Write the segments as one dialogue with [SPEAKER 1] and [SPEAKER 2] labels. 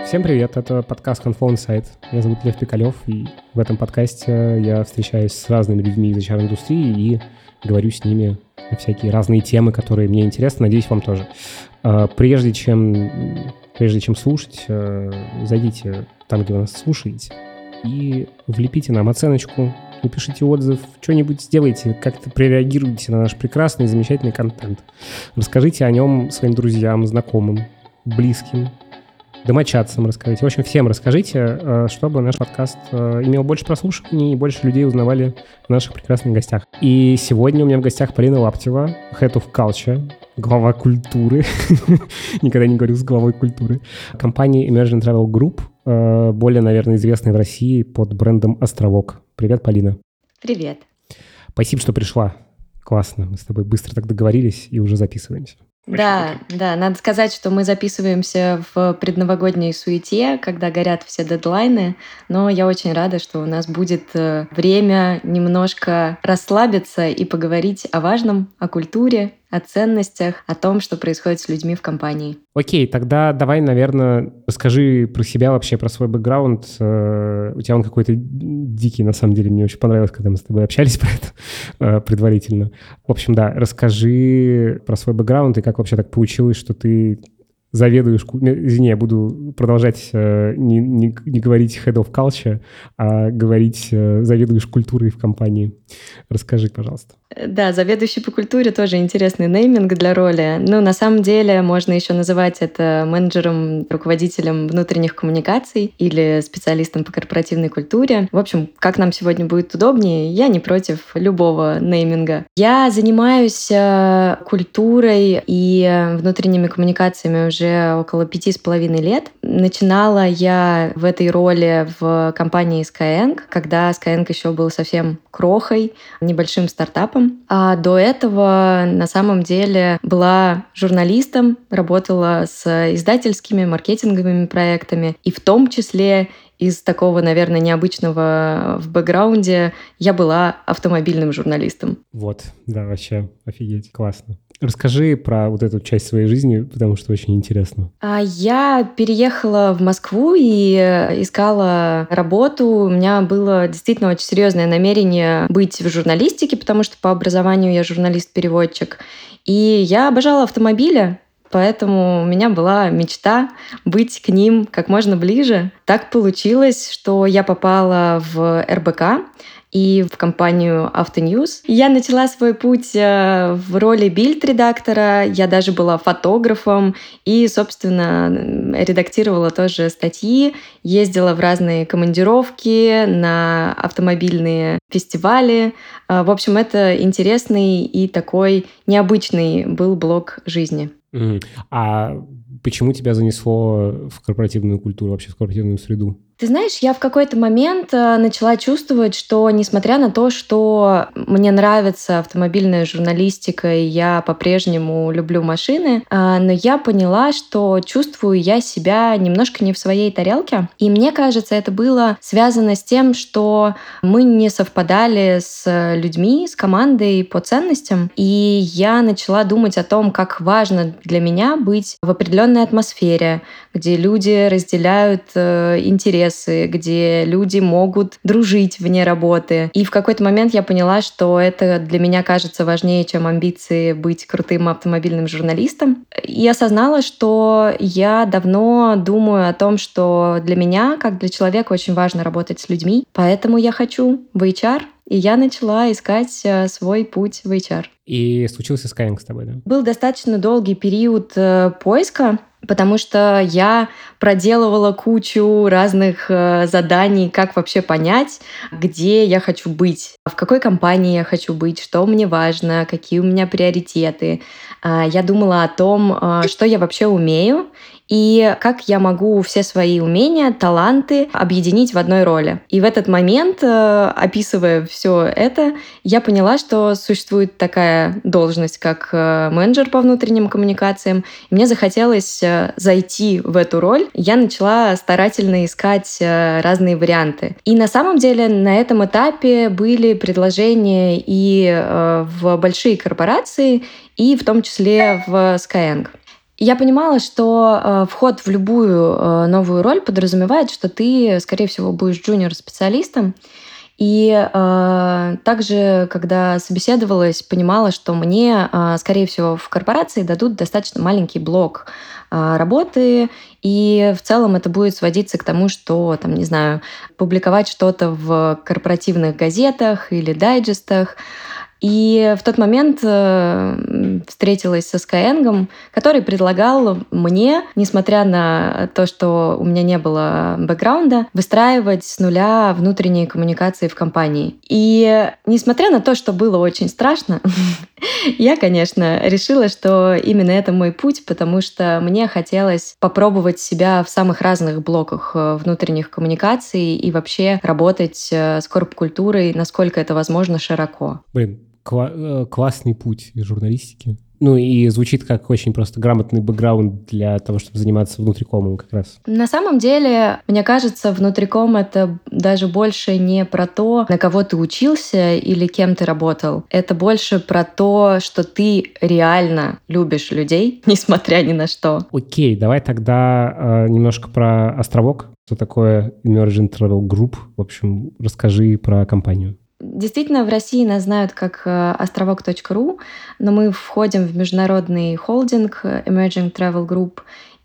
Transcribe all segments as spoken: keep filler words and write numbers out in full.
[SPEAKER 1] Всем привет, это подкаст Conflow Insight. Меня зовут Лев Пикалев, и в этом подкасте я встречаюсь с разными людьми из эйч ар-индустрии и говорю с ними на всякие разные темы, которые мне интересны, надеюсь, вам тоже. Прежде чем, прежде чем слушать, зайдите там, где вы нас слушаете, и влепите нам оценочку, напишите отзыв, что-нибудь сделайте, как-то прореагируйте на наш прекрасный и замечательный контент. Расскажите о нем своим друзьям, знакомым, близким, домочадцам расскажите. В общем, всем расскажите, чтобы наш подкаст имел больше прослушиваний и больше людей узнавали о наших прекрасных гостях. И сегодня у меня в гостях Полина Лаптева, Head of Culture, глава культуры. Никогда не говорил с главой культуры. Компании Emerging Travel Group, более, наверное, известной в России под брендом «Островок». Привет, Полина.
[SPEAKER 2] Привет.
[SPEAKER 1] Спасибо, что пришла. Классно. Мы с тобой быстро так договорились и уже записываемся.
[SPEAKER 2] Очень да, очень. да, надо сказать, что мы записываемся в предновогодней суете, когда горят все дедлайны, но я очень рада, что у нас будет время немножко расслабиться и поговорить о важном, о культуре, о ценностях, о том, что происходит с людьми в компании.
[SPEAKER 1] Окей, тогда давай, наверное, расскажи про себя вообще, про свой бэкграунд. У тебя он какой-то дикий, на самом деле. Мне очень понравилось, когда мы с тобой общались про это предварительно. В общем, да, расскажи про свой бэкграунд и как вообще так получилось, что ты заведуешь... Извини, я буду продолжать не, не, не говорить head of culture, а говорить заведуешь культурой в компании. Расскажи, пожалуйста.
[SPEAKER 2] Да, заведующий по культуре тоже интересный нейминг для роли. Ну, на самом деле, можно еще называть это менеджером, руководителем внутренних коммуникаций или специалистом по корпоративной культуре. В общем, как нам сегодня будет удобнее, я не против любого нейминга. Я занимаюсь культурой и внутренними коммуникациями уже около пяти с половиной лет. Начинала я в этой роли в компании Skyeng, когда Skyeng еще был совсем крохой, небольшим стартапом. А до этого на самом деле была журналистом, работала с издательскими, маркетинговыми проектами, и в том числе из такого, наверное, необычного в бэкграунде я была автомобильным журналистом.
[SPEAKER 1] Вот, да, вообще офигеть, классно. Расскажи про вот эту часть своей жизни, потому что очень интересно.
[SPEAKER 2] Я переехала в Москву и искала работу. У меня было действительно очень серьезное намерение быть в журналистике, потому что по образованию я журналист-переводчик. И я обожала автомобили, поэтому у меня была мечта быть к ним как можно ближе. Так получилось, что я попала в эр бэ ка и в компанию Автоньюз. Я начала свой путь в роли бильд-редактора, я даже была фотографом и, собственно, редактировала тоже статьи, ездила в разные командировки, на автомобильные фестивали. В общем, это интересный и такой необычный был блок жизни.
[SPEAKER 1] Mm. А почему тебя занесло в корпоративную культуру, вообще в корпоративную среду?
[SPEAKER 2] Ты знаешь, я в какой-то момент начала чувствовать, что несмотря на то, что мне нравится автомобильная журналистика, и я по-прежнему люблю машины, но я поняла, что чувствую я себя немножко не в своей тарелке. И мне кажется, это было связано с тем, что мы не совпадали с людьми, с командой по ценностям. И я начала думать о том, как важно для меня быть в определенной атмосфере, где люди разделяют интересы, где люди могут дружить вне работы. И в какой-то момент я поняла, что это для меня кажется важнее, чем амбиции быть крутым автомобильным журналистом. И осознала, что я давно думаю о том, что для меня, как для человека, очень важно работать с людьми. Поэтому я хочу в эйч ар, и я начала искать свой путь в эйч ар.
[SPEAKER 1] И случился Skyeng с тобой, да?
[SPEAKER 2] Был достаточно долгий период поиска, потому что я проделывала кучу разных э, заданий, как вообще понять, где я хочу быть, в какой компании я хочу быть, что мне важно, какие у меня приоритеты. Э, я думала о том, э, что я вообще умею, и как я могу все свои умения, таланты объединить в одной роли. И в этот момент, описывая все это, я поняла, что существует такая должность, как менеджер по внутренним коммуникациям. И мне захотелось зайти в эту роль. Я начала старательно искать разные варианты. И на самом деле на этом этапе были предложения и в большие корпорации, и в том числе в Skyeng. Я понимала, что э, вход в любую э, новую роль подразумевает, что ты, скорее всего, будешь джуниор-специалистом. И э, также, когда собеседовалась, понимала, что мне, э, скорее всего, в корпорации дадут достаточно маленький блок э, работы, и в целом это будет сводиться к тому, что, там, не знаю, публиковать что-то в корпоративных газетах или дайджестах. И в тот момент э, встретилась со Skyeng, который предлагал мне, несмотря на то, что у меня не было бэкграунда, выстраивать с нуля внутренние коммуникации в компании. И несмотря на то, что было очень страшно, я, конечно, решила, что именно это мой путь, потому что мне хотелось попробовать себя в самых разных блоках внутренних коммуникаций и вообще работать с корп-культурой, насколько это возможно, широко.
[SPEAKER 1] Блин, кла- классный путь из журналистики. Ну и звучит как очень просто грамотный бэкграунд для того, чтобы заниматься внутрикомом как раз.
[SPEAKER 2] На самом деле, мне кажется, внутриком — это даже больше не про то, на кого ты учился или кем ты работал. Это больше про то, что ты реально любишь людей, несмотря ни на что.
[SPEAKER 1] Окей, давай тогда э, немножко про Островок. Что такое Emerging Travel Group? В общем, расскажи про компанию.
[SPEAKER 2] Действительно, в России нас знают как островок точка ру, но мы входим в международный холдинг Emerging Travel Group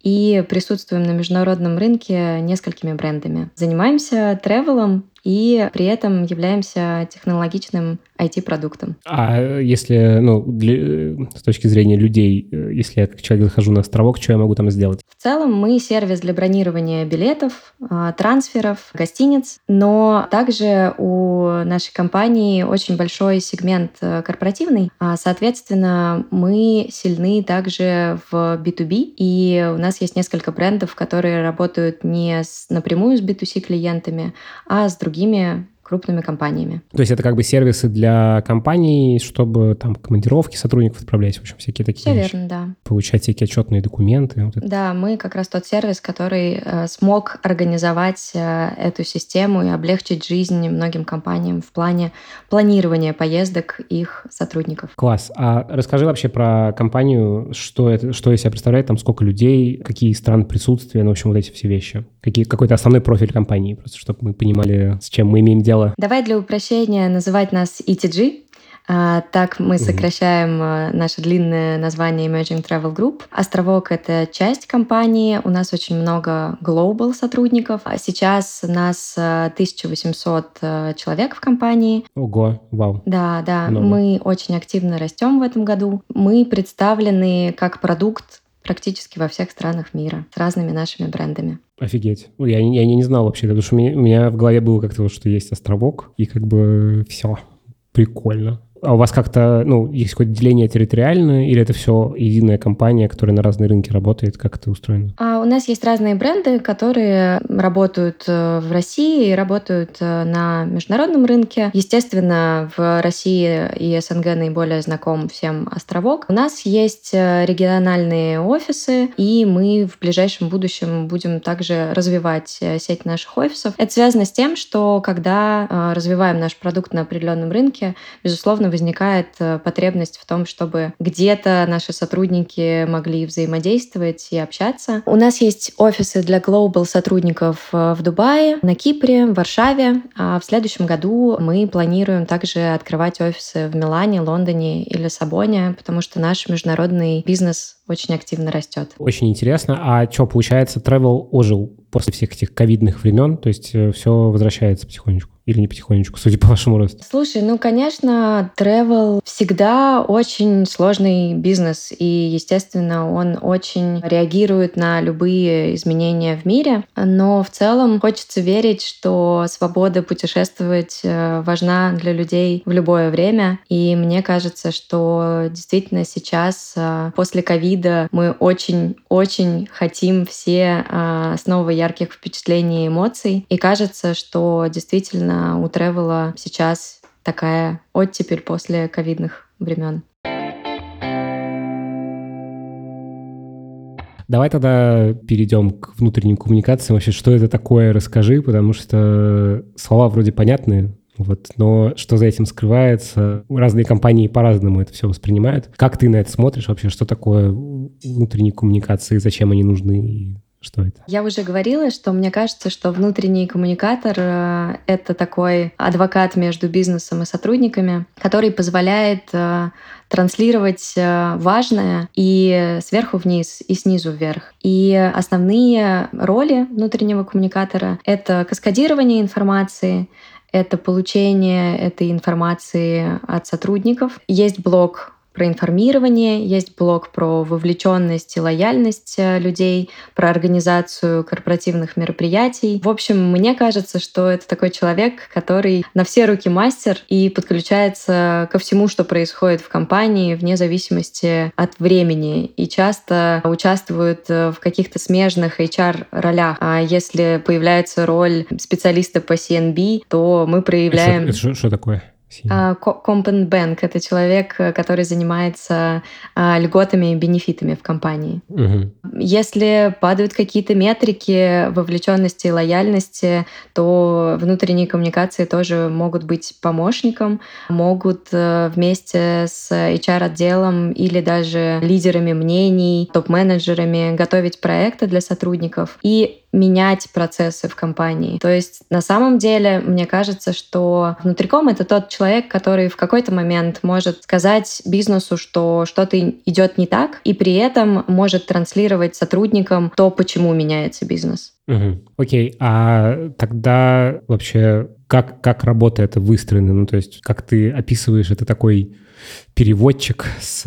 [SPEAKER 2] и присутствуем на международном рынке несколькими брендами. Занимаемся тревелом и при этом являемся технологичным ай ти-продуктом.
[SPEAKER 1] А если, ну, для, с точки зрения людей, если я как человек захожу на островок, что я могу там сделать?
[SPEAKER 2] В целом мы сервис для бронирования билетов, трансферов, гостиниц, но также у нашей компании очень большой сегмент корпоративный. Соответственно, мы сильны также в би ту би, и у нас есть несколько брендов, которые работают не с, напрямую с би ту си клиентами, а с другими крупными компаниями.
[SPEAKER 1] То есть это как бы сервисы для компаний, чтобы там командировки сотрудников отправлять, в общем, всякие такие
[SPEAKER 2] Все
[SPEAKER 1] вещи.
[SPEAKER 2] верно, да.
[SPEAKER 1] Получать всякие отчетные документы. Вот это.
[SPEAKER 2] Да, мы как раз тот сервис, который э, смог организовать э, эту систему и облегчить жизнь многим компаниям в плане планирования поездок их сотрудников.
[SPEAKER 1] Класс. А расскажи вообще про компанию, что это, что из себя представляет, там сколько людей, какие страны присутствия, ну, в общем, вот эти все вещи. Какие, какой-то основной профиль компании, просто чтобы мы понимали, с чем мы имеем дело.
[SPEAKER 2] Давай для упрощения называть нас и ти джи. А, так мы сокращаем mm-hmm. наше длинное название Emerging Travel Group. Островок — это часть компании. У нас очень много global сотрудников. Сейчас нас тысяча восемьсот человек в компании.
[SPEAKER 1] Ого, вау.
[SPEAKER 2] Да, да.
[SPEAKER 1] Много.
[SPEAKER 2] Мы очень активно растем в этом году. Мы представлены как продукт практически во всех странах мира с разными нашими брендами.
[SPEAKER 1] Офигеть. Я, я, я не знал вообще, потому что у меня, у меня в голове было как-то вот, что есть островок, и как бы все прикольно. А у вас как-то, ну, есть какое-то деление территориальное, или это все единая компания, которая на разные рынки работает? Как это устроено?
[SPEAKER 2] А у нас есть разные бренды, которые работают в России и работают на международном рынке. Естественно, в России и СНГ наиболее знаком всем Островок. У нас есть региональные офисы, и мы в ближайшем будущем будем также развивать сеть наших офисов. Это связано с тем, что когда развиваем наш продукт на определенном рынке, безусловно, возникает потребность в том, чтобы где-то наши сотрудники могли взаимодействовать и общаться. У нас есть офисы для global сотрудников в Дубае, на Кипре, в Варшаве. А в следующем году мы планируем также открывать офисы в Милане, Лондоне и Лиссабоне, потому что наш международный бизнес очень активно растет.
[SPEAKER 1] Очень интересно. А что, получается, travel ожил после всех этих ковидных времен? То есть все возвращается потихонечку? Или не потихонечку, судя по вашему росту?
[SPEAKER 2] Слушай, ну, конечно, travel всегда очень сложный бизнес, и, естественно, он очень реагирует на любые изменения в мире, но в целом хочется верить, что свобода путешествовать важна для людей в любое время, и мне кажется, что действительно сейчас, после ковида, мы очень-очень хотим все снова ярких впечатлений и эмоций, и кажется, что действительно у тревела сейчас такая оттепель после ковидных времен.
[SPEAKER 1] Давай тогда перейдем к внутренним коммуникациям. Вообще, что это такое, расскажи, потому что слова вроде понятные, Вот. Но что за этим скрывается? Разные компании по-разному это все воспринимают. Как ты на это смотришь вообще? Что такое внутренние коммуникации, зачем они нужны и что это?
[SPEAKER 2] Я уже говорила, что мне кажется, что внутренний коммуникатор э, — это такой адвокат между бизнесом и сотрудниками, который позволяет э, транслировать э, важное и сверху вниз, и снизу вверх. И основные роли внутреннего коммуникатора — это каскадирование информации, это получение этой информации от сотрудников. Есть блок про информирование, есть блок про вовлеченность и лояльность людей, про организацию корпоративных мероприятий. В общем, мне кажется, что это такой человек, который на все руки мастер и подключается ко всему, что происходит в компании, вне зависимости от времени, и часто участвует в каких-то смежных эйч ар-ролях. А если появляется роль специалиста по си эн би, то мы проявляем...
[SPEAKER 1] Это что, что такое?
[SPEAKER 2] Компен Bank — это человек, который занимается а, льготами и бенефитами в компании.
[SPEAKER 1] Угу.
[SPEAKER 2] Если падают какие-то метрики вовлеченности и лояльности, то внутренние коммуникации тоже могут быть помощником, могут вместе с эйч ар-отделом или даже лидерами мнений, топ-менеджерами готовить проекты для сотрудников и менять процессы в компании. То есть на самом деле, мне кажется, что внутриком — это тот человек, который в какой-то момент может сказать бизнесу, что что-то идет не так, и при этом может транслировать сотрудникам то, почему меняется бизнес.
[SPEAKER 1] Угу. Окей, а тогда вообще как, как работа это выстроена? Ну, то есть как ты описываешь, это такой переводчик с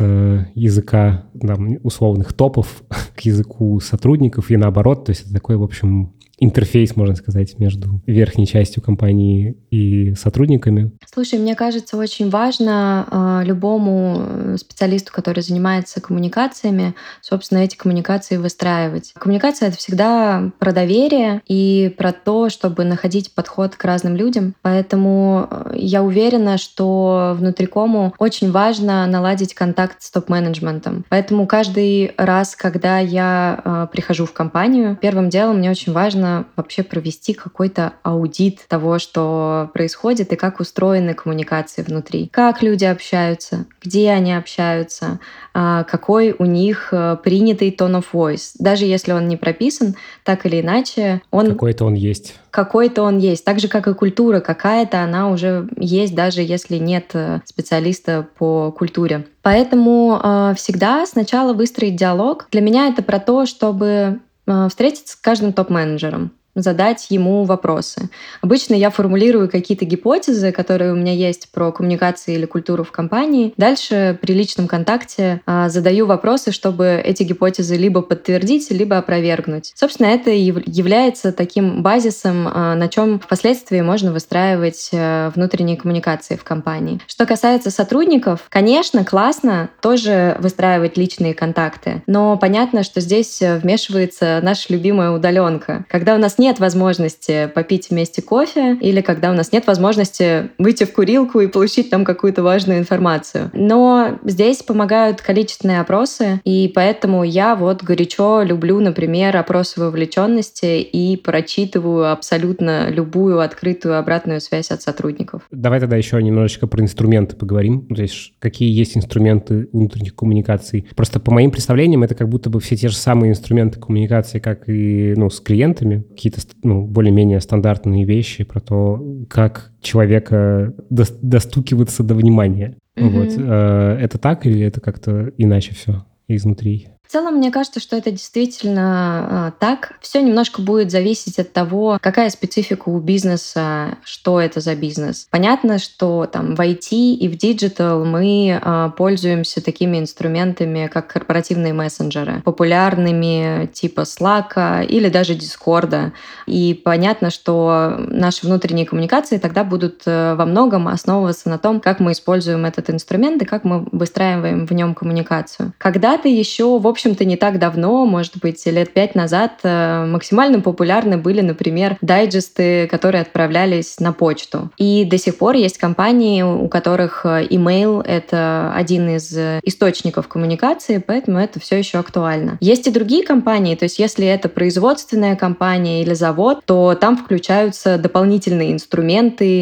[SPEAKER 1] языка там, условных топов к языку сотрудников и наоборот. То есть это такой, в общем, интерфейс, можно сказать, между верхней частью компании и сотрудниками.
[SPEAKER 2] Слушай, мне кажется, очень важно э, любому специалисту, который занимается коммуникациями, собственно, эти коммуникации выстраивать. Коммуникация — это всегда про доверие и про то, чтобы находить подход к разным людям. Поэтому я уверена, что внутрикому очень важно наладить контакт с топ-менеджментом. Поэтому каждый раз, когда я э, прихожу в компанию, первым делом мне очень важно вообще провести какой-то аудит того, что происходит и как устроены коммуникации внутри. Как люди общаются, где они общаются, какой у них принятый tone of voice. Даже если он не прописан, так или иначе он...
[SPEAKER 1] Какой-то он есть.
[SPEAKER 2] Какой-то он есть. Так же, как и культура какая-то, она уже есть, даже если нет специалиста по культуре. Поэтому э, всегда сначала выстроить диалог. Для меня это про то, чтобы встретиться с каждым топ-менеджером, задать ему вопросы. Обычно я формулирую какие-то гипотезы, которые у меня есть про коммуникации или культуру в компании. Дальше при личном контакте а, задаю вопросы, чтобы эти гипотезы либо подтвердить, либо опровергнуть. Собственно, это и является таким базисом, а, на чем впоследствии можно выстраивать а, внутренние коммуникации в компании. Что касается сотрудников, конечно, классно тоже выстраивать личные контакты, но понятно, что здесь вмешивается наша любимая удаленка. Когда у нас нет возможности попить вместе кофе или когда у нас нет возможности выйти в курилку и получить там какую-то важную информацию. Но здесь помогают количественные опросы, и поэтому я вот горячо люблю, например, опросы вовлеченности и прочитываю абсолютно любую открытую обратную связь от сотрудников.
[SPEAKER 1] Давай тогда еще немножечко про инструменты поговорим. То есть какие есть инструменты внутренних коммуникаций. Просто по моим представлениям это как будто бы все те же самые инструменты коммуникации, как и ну, с клиентами. Какие-то ну, более-менее стандартные вещи про то, как человека до, достукиваться до внимания. Mm-hmm. Вот. Это так или это как-то иначе все изнутри?
[SPEAKER 2] В целом, мне кажется, что это действительно э, так. Все немножко будет зависеть от того, какая специфика у бизнеса, что это за бизнес. Понятно, что там в ай ти и в диджитал мы э, пользуемся такими инструментами, как корпоративные мессенджеры, популярными типа Slack или даже Discord. И понятно, что наши внутренние коммуникации тогда будут э, во многом основываться на том, как мы используем этот инструмент и как мы выстраиваем в нем коммуникацию. Когда-то еще, в общем, В общем-то, не так давно, может быть, лет пять назад, максимально популярны были, например, дайджесты, которые отправлялись на почту. И до сих пор есть компании, у которых email — это один из источников коммуникации, поэтому это все еще актуально. Есть и другие компании, то есть если это производственная компания или завод, то там включаются дополнительные инструменты,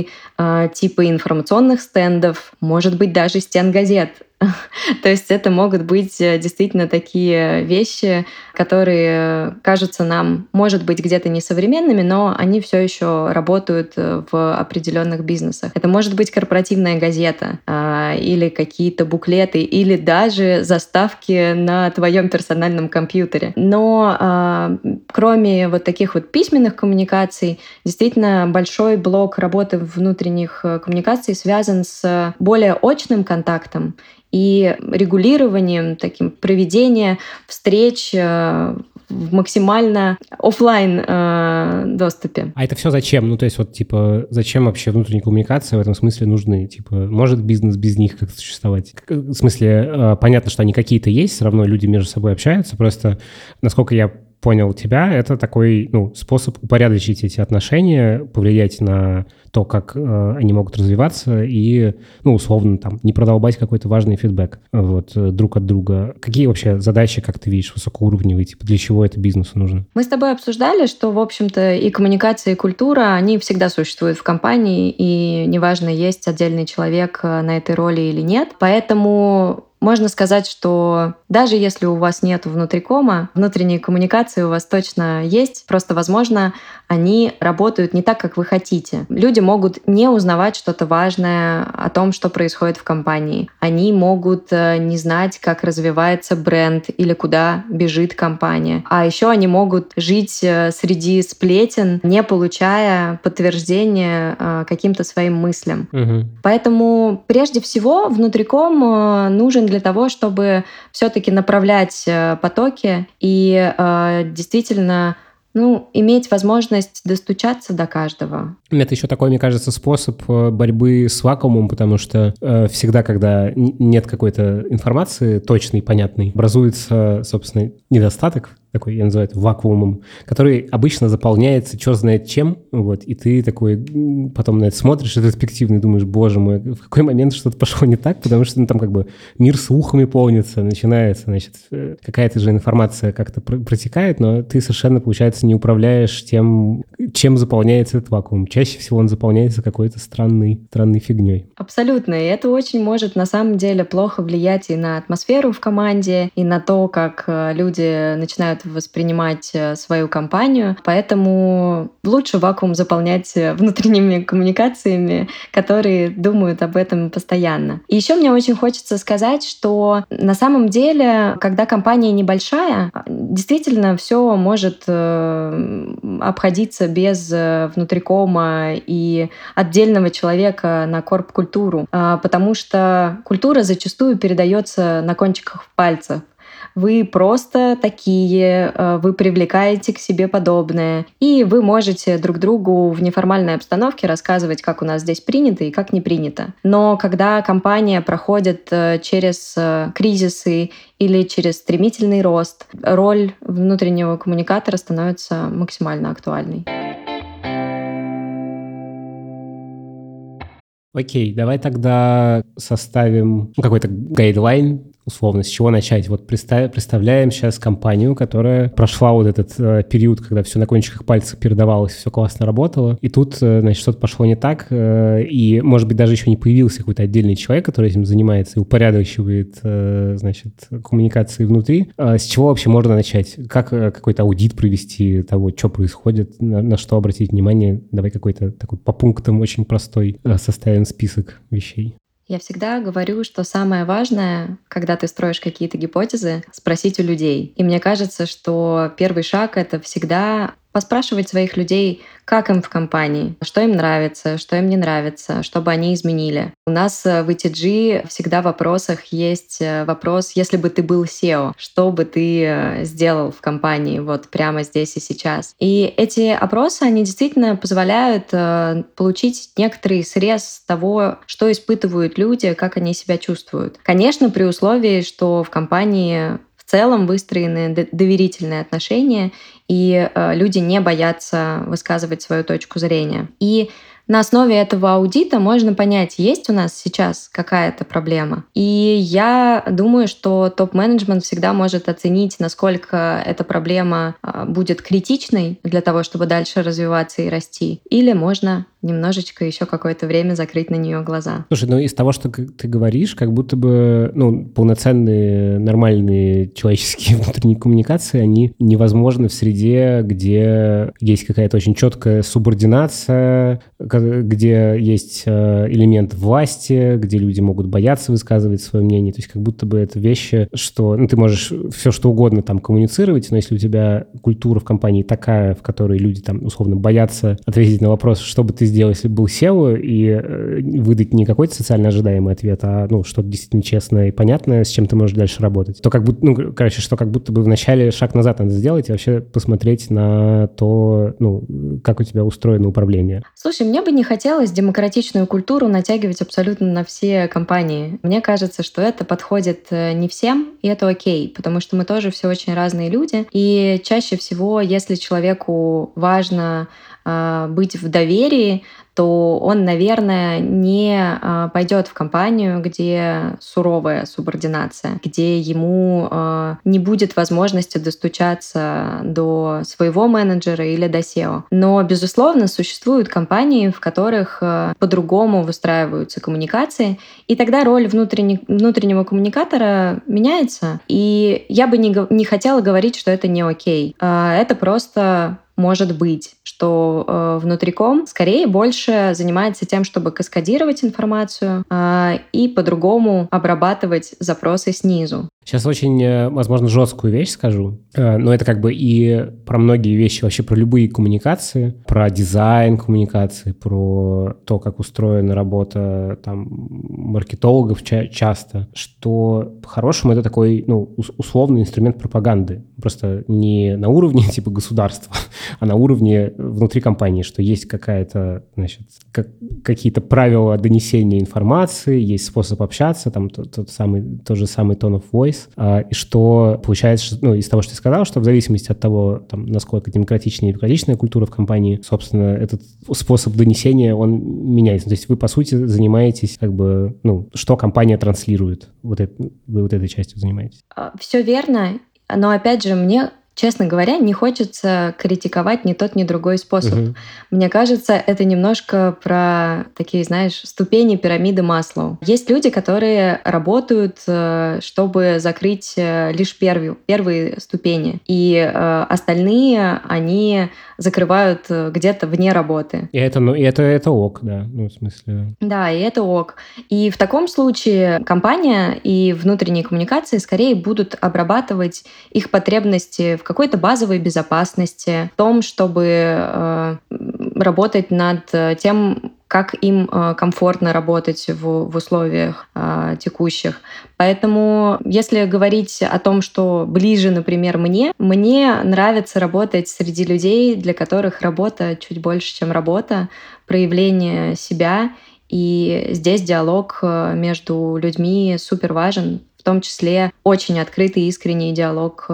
[SPEAKER 2] э, типа информационных стендов, может быть, даже стен газет. То есть это могут быть действительно такие вещи, которые кажутся нам, может быть, где-то несовременными, но они все еще работают в определенных бизнесах. Это может быть корпоративная газета или какие-то буклеты, или даже заставки на твоем персональном компьютере. Но кроме вот таких вот письменных коммуникаций, действительно большой блок работы внутренних коммуникаций связан с более очным контактом и регулированием, таким проведения встреч в максимально офлайн э, доступе.
[SPEAKER 1] А это все зачем? Ну, то есть вот, типа, зачем вообще внутренние коммуникации в этом смысле нужны? Типа, может бизнес без них как-то существовать? В смысле, э, понятно, что они какие-то есть, все равно люди между собой общаются, просто, насколько я понял тебя, это такой, ну, способ упорядочить эти отношения, повлиять на то, как э, они могут развиваться и, ну, условно, там, не продолбать какой-то важный фидбэк вот, друг от друга. Какие вообще задачи, как ты видишь, высокоуровневые, типа, для чего это бизнесу нужно?
[SPEAKER 2] Мы с тобой обсуждали, что, в общем-то, и коммуникация, и культура, они всегда существуют в компании, и неважно, есть отдельный человек на этой роли или нет. Поэтому можно сказать, что даже если у вас нет внутрикома, внутренние коммуникации у вас точно есть, просто, возможно, они работают не так, как вы хотите. Люди могут не узнавать что-то важное о том, что происходит в компании. Они могут не знать, как развивается бренд или куда бежит компания. А еще они могут жить среди сплетен, не получая подтверждения каким-то своим мыслям.
[SPEAKER 1] Угу.
[SPEAKER 2] Поэтому прежде всего внутриком нужен для того, чтобы все-таки направлять потоки и э, действительно ну, иметь возможность достучаться до каждого.
[SPEAKER 1] Это еще такой, мне кажется, способ борьбы с вакуумом, потому что э, всегда, когда нет какой-то информации точной, понятной, образуется, собственно, недостаток, такой, я называю это вакуумом, который обычно заполняется черт знает чем, вот, и ты такой потом на это смотришь ретроспективно и думаешь, боже мой, в какой момент что-то пошло не так, потому что ну, там как бы мир слухами полнится, начинается, значит, какая-то же информация как-то протекает, но ты совершенно, получается, не управляешь тем, чем заполняется этот вакуум. Чаще всего он заполняется какой-то странной, странной фигней.
[SPEAKER 2] Абсолютно, и это очень может на самом деле плохо влиять и на атмосферу в команде, и на то, как люди начинают воспринимать свою компанию. Поэтому лучше вакуум заполнять внутренними коммуникациями, которые думают об этом постоянно. И еще мне очень хочется сказать, что на самом деле, когда компания небольшая, действительно все может обходиться без внутрикома и отдельного человека на корп-культуру, потому что культура зачастую передается на кончиках пальцев. Вы просто такие, вы привлекаете к себе подобное, и вы можете друг другу в неформальной обстановке рассказывать, как у нас здесь принято и как не принято. Но когда компания проходит через кризисы или через стремительный рост, роль внутреннего коммуникатора становится максимально актуальной.
[SPEAKER 1] Окей, давай тогда составим какой-то гайдлайн, условно, с чего начать. Вот представ, представляем сейчас компанию, которая прошла вот этот э, период, когда все на кончиках пальцев передавалось, все классно работало, и тут, э, значит, что-то пошло не так, э, и, может быть, даже еще не появился какой-то отдельный человек, который этим занимается и упорядочивает, э, значит, коммуникации внутри. Э, с чего вообще можно начать? Как э, какой-то аудит провести того, что происходит, на, на что обратить внимание? Давай какой-то такой по пунктам очень простой э, составим список вещей.
[SPEAKER 2] Я всегда говорю, что самое важное, когда ты строишь какие-то гипотезы, спросить у людей. И мне кажется, что первый шаг — это всегда поспрашивать своих людей, как им в компании, что им нравится, что им не нравится, что бы они изменили. У нас в и ти джи всегда в вопросах есть вопрос, если бы ты был сео, что бы ты сделал в компании вот прямо здесь и сейчас. И эти опросы, они действительно позволяют получить некоторый срез того, что испытывают люди, как они себя чувствуют. Конечно, при условии, что в компании в целом выстроены доверительные отношения, и э, люди не боятся высказывать свою точку зрения. И на основе этого аудита можно понять, есть у нас сейчас какая-то проблема. И я думаю, что топ-менеджмент всегда может оценить, насколько эта проблема будет критичной для того, чтобы дальше развиваться и расти. Или можно немножечко еще какое-то время закрыть на нее глаза.
[SPEAKER 1] Слушай, ну из того, что ты говоришь, как будто бы ну, полноценные, нормальные человеческие внутренние коммуникации, они невозможны в среде, где есть какая-то очень четкая субординация, где есть элемент власти, где люди могут бояться высказывать свое мнение. То есть как будто бы это вещи, что ну, ты можешь все что угодно там коммуницировать, но если у тебя культура в компании такая, в которой люди там условно боятся ответить на вопрос, что бы ты сделал, если бы был сео, и э, выдать не какой-то социально ожидаемый ответ, а ну, что-то действительно честное и понятное, с чем ты можешь дальше работать, то как будто, ну, короче, что как будто бы вначале шаг назад надо сделать и вообще посмотреть на то, ну, как у тебя устроено управление.
[SPEAKER 2] Слушай, мне бы не хотелось демократичную культуру натягивать абсолютно на все компании. Мне кажется, что это подходит не всем, и это окей, потому что мы тоже все очень разные люди, и чаще всего, если человеку важно э, быть в доверии, то он, наверное, не э, пойдет в компанию, где суровая субординация, где ему э, не будет возможности достучаться до своего менеджера или до сео. Но, безусловно, существуют компании, в которых э, по-другому выстраиваются коммуникации, и тогда роль внутренне- внутреннего коммуникатора меняется. И я бы не, не хотела говорить, что это не окей. Э, это просто может быть, что э, внутриком скорее больше занимается тем, чтобы каскадировать информацию э, и по-другому обрабатывать запросы снизу.
[SPEAKER 1] Сейчас очень, возможно, жесткую вещь скажу, но это как бы и про многие вещи, вообще про любые коммуникации, про дизайн коммуникации, про то, как устроена работа там маркетологов ча- часто, что по-хорошему это такой, ну, условный инструмент пропаганды. Просто не на уровне типа государства, а на уровне внутри компании, что есть какая-то, значит, как, какие-то правила донесения информации, есть способ общаться, там тот, тот, самый, тот же самый tone of voice, и что получается, ну, из того, что ты сказал, что в зависимости от того, там, насколько демократичная и демократичная культура в компании, собственно, этот способ донесения, он меняется. То есть вы, по сути, занимаетесь, как бы, ну, что компания транслирует. Вот это, вы вот этой частью занимаетесь.
[SPEAKER 2] Все верно, но, опять же, мне... Честно говоря, не хочется критиковать ни тот, ни другой способ. Uh-huh. Мне кажется, это немножко про такие, знаешь, ступени пирамиды Маслоу. Есть люди, которые работают, чтобы закрыть лишь первые, первые ступени, и остальные они закрывают где-то вне работы.
[SPEAKER 1] И это, ну, и это, это ок, да, ну, в смысле...
[SPEAKER 2] Да, и это ок. И в таком случае компания и внутренние коммуникации скорее будут обрабатывать их потребности в какой-то базовой безопасности, в том, чтобы э, работать над тем, как им э, комфортно работать в, в условиях э, текущих. Поэтому, если говорить о том, что ближе, например, мне, мне нравится работать среди людей, для которых работа чуть больше, чем работа, проявление себя. И здесь диалог между людьми супер важен, в том числе очень открытый и искренний диалог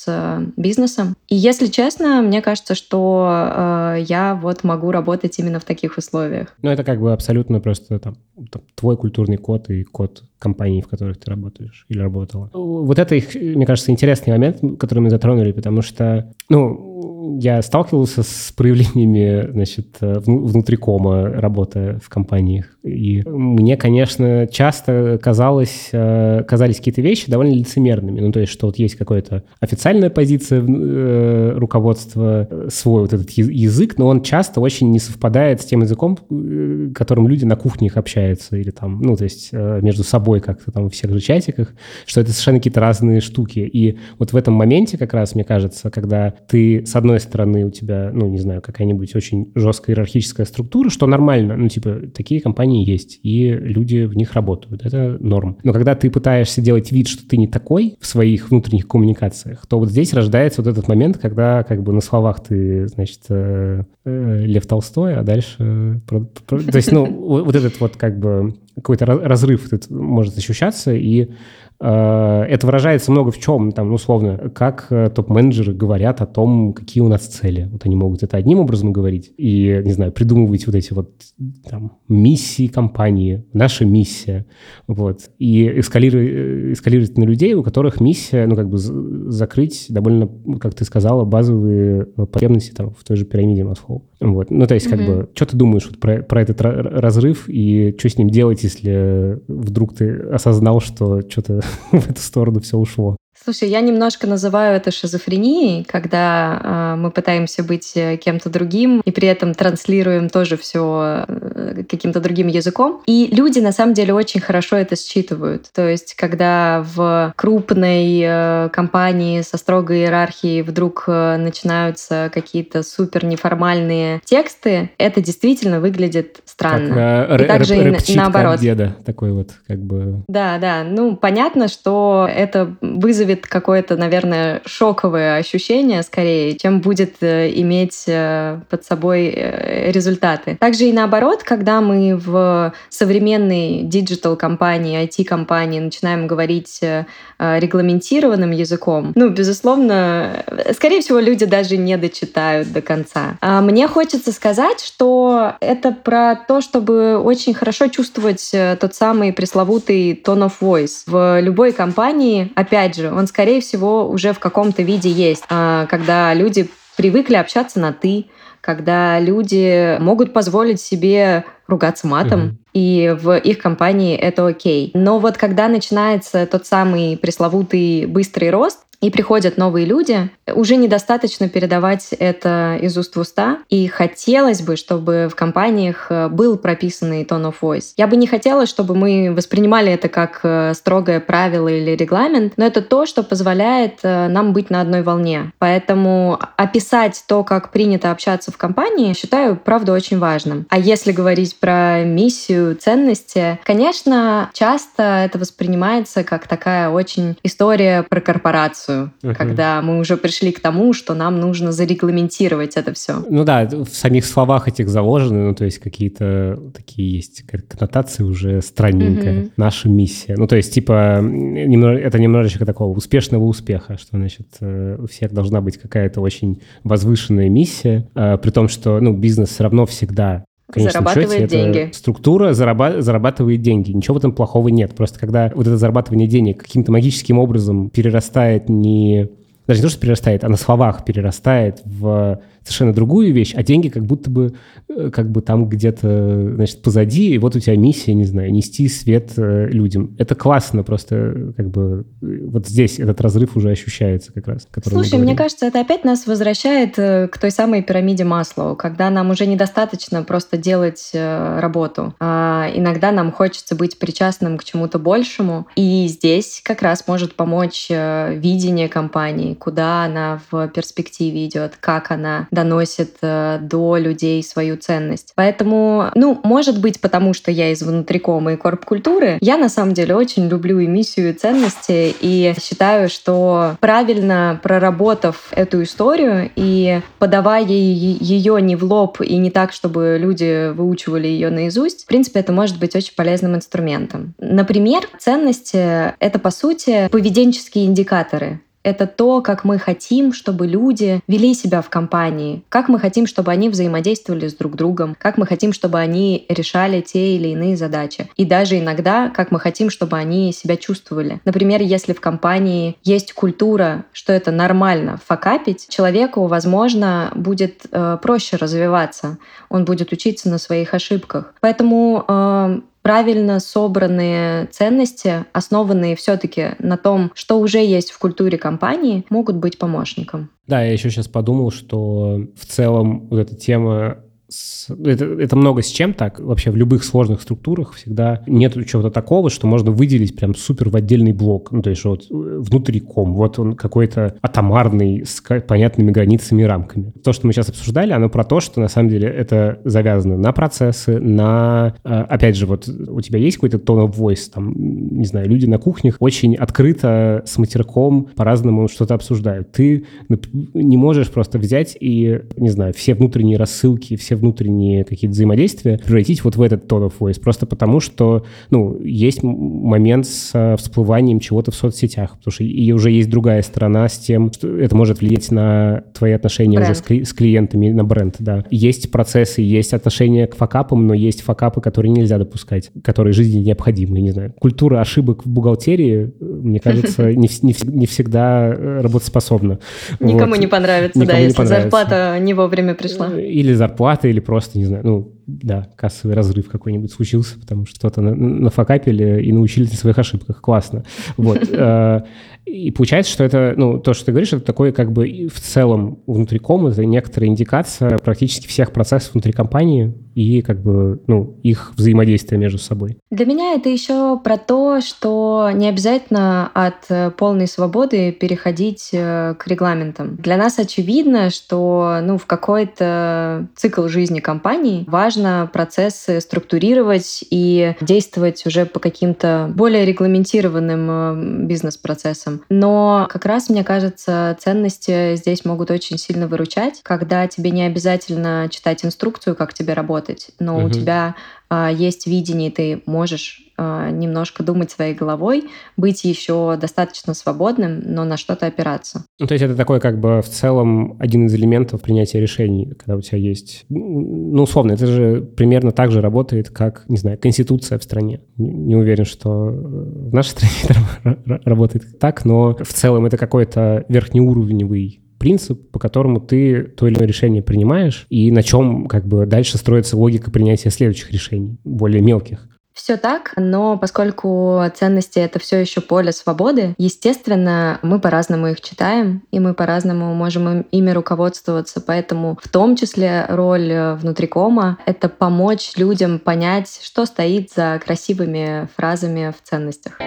[SPEAKER 2] с бизнесом. И если честно, мне кажется, что э, я вот могу работать именно в таких условиях.
[SPEAKER 1] Ну, это как бы абсолютно просто там, там твой культурный код и код компаний, в которых ты работаешь или работала. Вот это, мне кажется, интересный момент, который мы затронули, потому что, ну, я сталкивался с проявлениями, значит, внутрикома, работая в компаниях. И мне, конечно, часто казалось, казались какие-то вещи довольно лицемерными. Ну, то есть, что вот есть какая-то официальная позиция э, руководства, свой вот этот язык, но он часто очень не совпадает с тем языком, которым люди на кухнях общаются или там, ну, то есть, э, между собой как-то там в всех же чатиках, что это совершенно какие-то разные штуки. И вот в этом моменте как раз, мне кажется, когда ты, с одной стороны, у тебя, ну, не знаю, какая-нибудь очень жесткая иерархическая структура, что нормально, ну, типа, такие компании есть, и люди в них работают, это норм. Но когда ты пытаешься делать вид, что ты не такой в своих внутренних коммуникациях, то вот здесь рождается вот этот момент, когда как бы на словах ты, значит, э, э, Лев Толстой, а дальше... Э, про, про, то есть, ну, вот этот вот как бы какой-то разрыв может ощущаться, и э, это выражается много в чем, там, условно, как э, топ-менеджеры говорят о том, какие у нас цели. Вот они могут это одним образом говорить и, не знаю, придумывать вот эти вот там миссии компании, наша миссия, вот, и эскалировать, эскалировать на людей, у которых миссия, ну, как бы закрыть довольно, как ты сказала, базовые потребности там в той же пирамиде Маслоу. Вот. Ну, то есть, как mm-hmm. бы, что ты думаешь вот про, про этот разрыв и что с ним делать, если вдруг ты осознал, что что-то в эту сторону все ушло?
[SPEAKER 2] Слушай, я немножко называю это шизофренией, когда э, мы пытаемся быть кем-то другим и при этом транслируем тоже все э, каким-то другим языком. И люди на самом деле очень хорошо это считывают. То есть, когда в крупной э, компании со строгой иерархией вдруг э, начинаются какие-то супер неформальные тексты, это действительно выглядит странно.
[SPEAKER 1] Как,
[SPEAKER 2] и также
[SPEAKER 1] рэп,
[SPEAKER 2] и на, наоборот.
[SPEAKER 1] От деда такой вот, как бы.
[SPEAKER 2] Да, да. Ну, понятно, что это вызовет какое-то, наверное, шоковое ощущение скорее, чем будет э, иметь э, под собой э, результаты. Также и наоборот, когда мы в современной диджитал-компании, ай ти-компании начинаем говорить э, регламентированным языком, ну, безусловно, скорее всего, люди даже не дочитают до конца. А мне хочется сказать, что это про то, чтобы очень хорошо чувствовать тот самый пресловутый tone of voice. В любой компании, опять же, он, скорее всего, уже в каком-то виде есть. Когда люди привыкли общаться на «ты», когда люди могут позволить себе ругаться матом, mm-hmm. и в их компании это окей. Но вот когда начинается тот самый пресловутый быстрый рост, и приходят новые люди, уже недостаточно передавать это из уст в уста. И хотелось бы, чтобы в компаниях был прописанный tone of voice. Я бы не хотела, чтобы мы воспринимали это как строгое правило или регламент, но это то, что позволяет нам быть на одной волне. Поэтому описать то, как принято общаться в компании, считаю, правда, очень важным. А если говорить про миссию, ценности, конечно, часто это воспринимается как такая очень история про корпорацию, Uh-huh. когда мы уже пришли к тому, что нам нужно зарегламентировать это все.
[SPEAKER 1] Ну да, в самих словах этих заложены, ну то есть какие-то такие есть коннотации уже странненькие. Uh-huh. Наша миссия. Ну то есть типа это немножечко такого успешного успеха, что значит у всех должна быть какая-то очень возвышенная миссия, при том, что ну, бизнес все равно всегда конечно,
[SPEAKER 2] зарабатывает
[SPEAKER 1] счете,
[SPEAKER 2] деньги.
[SPEAKER 1] Структура зараба- зарабатывает деньги. Ничего в этом плохого нет. Просто когда вот это зарабатывание денег каким-то магическим образом перерастает не... Даже не то, что перерастает, а на словах перерастает в совершенно другую вещь, а деньги как будто бы как бы там где-то, значит, позади, и вот у тебя миссия, не знаю, нести свет людям. Это классно, просто как бы вот здесь этот разрыв уже ощущается как раз.
[SPEAKER 2] Слушай, мне кажется, это опять нас возвращает к той самой пирамиде Маслоу, когда нам уже недостаточно просто делать работу, а иногда нам хочется быть причастным к чему-то большему, и здесь как раз может помочь видение компании, куда она в перспективе идет, как она доносит до людей свою ценность. Поэтому, ну, может быть, потому что я из внутрикома и корп-культуры, я на самом деле очень люблю и миссию, и ценности, и считаю, что правильно проработав эту историю и подавая ее не в лоб и не так, чтобы люди выучивали ее наизусть, в принципе, это может быть очень полезным инструментом. Например, ценности — это, по сути, поведенческие индикаторы. Это то, как мы хотим, чтобы люди вели себя в компании, как мы хотим, чтобы они взаимодействовали с друг другом, как мы хотим, чтобы они решали те или иные задачи. И даже иногда, как мы хотим, чтобы они себя чувствовали. Например, если в компании есть культура, что это нормально факапить, человеку, возможно, будет э, проще развиваться. Он будет учиться на своих ошибках. Поэтому э, правильно собранные ценности, основанные все-таки на том, что уже есть в культуре компании, могут быть помощником.
[SPEAKER 1] Да, я еще сейчас подумал, что в целом вот эта тема с... Это, это много с чем так. Вообще в любых сложных структурах всегда нет чего-то такого, что можно выделить прям супер в отдельный блок. Ну, то есть вот внутри ком. Вот он какой-то атомарный, с понятными границами и рамками. То, что мы сейчас обсуждали, оно про то, что на самом деле это завязано на процессы, на... Опять же, вот у тебя есть какой-то tone of voice, там, не знаю, люди на кухнях очень открыто с матерком по-разному что-то обсуждают. Ты не можешь просто взять и, не знаю, все внутренние рассылки, все внутренние какие-то взаимодействия превратить вот в этот tone of voice. Просто потому, что, ну, есть момент с всплыванием чего-то в соцсетях, потому что и уже есть другая сторона с тем, что это может влиять на твои отношения бренд. уже с, кли- с клиентами, на бренд, да. Есть процессы, есть отношения к факапам, но есть факапы, которые нельзя допускать, которые жизни необходимы, я не знаю. Культура ошибок в бухгалтерии, мне кажется, не, не, не всегда работоспособна.
[SPEAKER 2] Никому
[SPEAKER 1] вот.
[SPEAKER 2] не понравится,
[SPEAKER 1] Никому
[SPEAKER 2] да,
[SPEAKER 1] не
[SPEAKER 2] если
[SPEAKER 1] понравится.
[SPEAKER 2] зарплата не вовремя пришла.
[SPEAKER 1] Или зарплата, или просто, не знаю, ну, да, кассовый разрыв какой-нибудь случился, потому что что-то нафакапили и научились на своих ошибках. Классно. Вот. И получается, что это, ну, то, что ты говоришь, это такое как бы в целом внутри кома, это некоторая индикация практически всех процессов внутри компании и как бы, ну, их взаимодействия между собой.
[SPEAKER 2] Для меня это еще про то, что не обязательно от полной свободы переходить к регламентам. Для нас очевидно, что, ну, в какой-то цикл жизни компании важно процессы структурировать и действовать уже по каким-то более регламентированным бизнес-процессам. Но как раз, мне кажется, ценности здесь могут очень сильно выручать, когда тебе не обязательно читать инструкцию, как тебе работать, но угу. у тебя а, есть видение, ты можешь а, немножко думать своей головой, быть еще достаточно свободным, но на что-то опираться.
[SPEAKER 1] Ну, то есть это такой как бы в целом один из элементов принятия решений, когда у тебя есть... Ну, условно, это же примерно так же работает, как, не знаю, конституция в стране. Не уверен, что в нашей стране работает так, но в целом это какой-то верхнеуровневый принцип, по которому ты то или иное решение принимаешь, и на чем как бы дальше строится логика принятия следующих решений, более мелких.
[SPEAKER 2] Все так, но поскольку ценности — это все еще поле свободы, естественно, мы по-разному их читаем, и мы по-разному можем ими руководствоваться. Поэтому в том числе роль внутрикома — это помочь людям понять, что стоит за красивыми фразами в ценностях.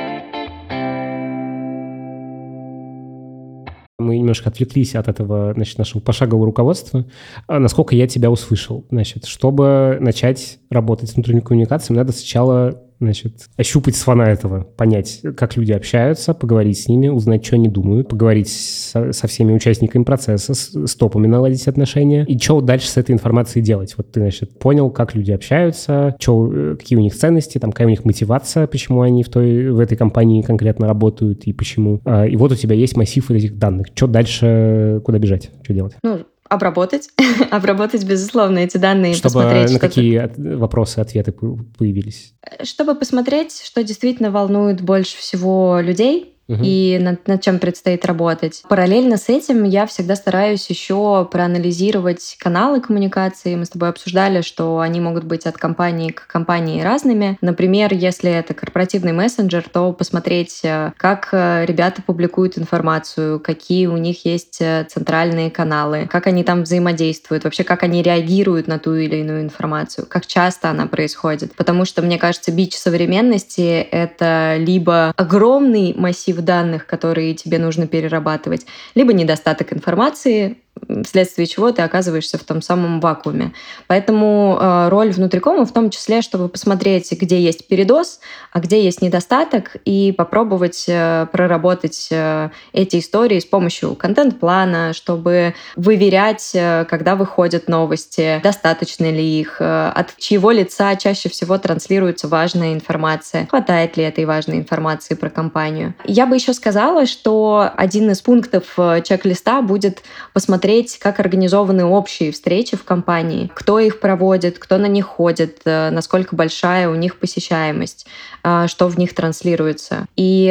[SPEAKER 1] Мы немножко отвлеклись от этого, значит, нашего пошагового руководства. А насколько я тебя услышал, значит, чтобы начать работать с внутренними коммуникациями, надо сначала, значит, ощупать слона этого, понять, как люди общаются, поговорить с ними, узнать, что они думают, поговорить со, со всеми участниками процесса, с, с топами наладить отношения, и что дальше с этой информацией делать. Вот ты, значит, понял, как люди общаются, что, какие у них ценности, там, какая у них мотивация, почему они в, той, в этой компании конкретно работают и почему. И вот у тебя есть массив этих данных. Что дальше, куда бежать, что делать?
[SPEAKER 2] Ну, обработать. Обработать, безусловно, эти данные и
[SPEAKER 1] Чтобы
[SPEAKER 2] посмотреть,
[SPEAKER 1] на
[SPEAKER 2] что
[SPEAKER 1] какие ты... вопросы, ответы появились?
[SPEAKER 2] Чтобы посмотреть, что действительно волнует больше всего людей, Uh-huh. и над, над чем предстоит работать. Параллельно с этим я всегда стараюсь еще проанализировать каналы коммуникации. Мы с тобой обсуждали, что они могут быть от компании к компании разными. Например, если это корпоративный мессенджер, то посмотреть, как ребята публикуют информацию, какие у них есть центральные каналы, как они там взаимодействуют, вообще как они реагируют на ту или иную информацию, как часто она происходит. Потому что, мне кажется, бич современности — это либо огромный массив данных, которые тебе нужно перерабатывать, либо недостаток информации, вследствие чего ты оказываешься в том самом вакууме. Поэтому э, роль внутрикома в том числе, чтобы посмотреть, где есть передоз, а где есть недостаток, и попробовать э, проработать э, эти истории с помощью контент-плана, чтобы выверять, э, когда выходят новости, достаточно ли их, э, от чьего лица чаще всего транслируется важная информация, хватает ли этой важной информации про компанию. Я бы еще сказала, что один из пунктов чек-листа будет посмотреть, как организованы общие встречи в компании, кто их проводит, кто на них ходит, насколько большая у них посещаемость, что в них транслируется. И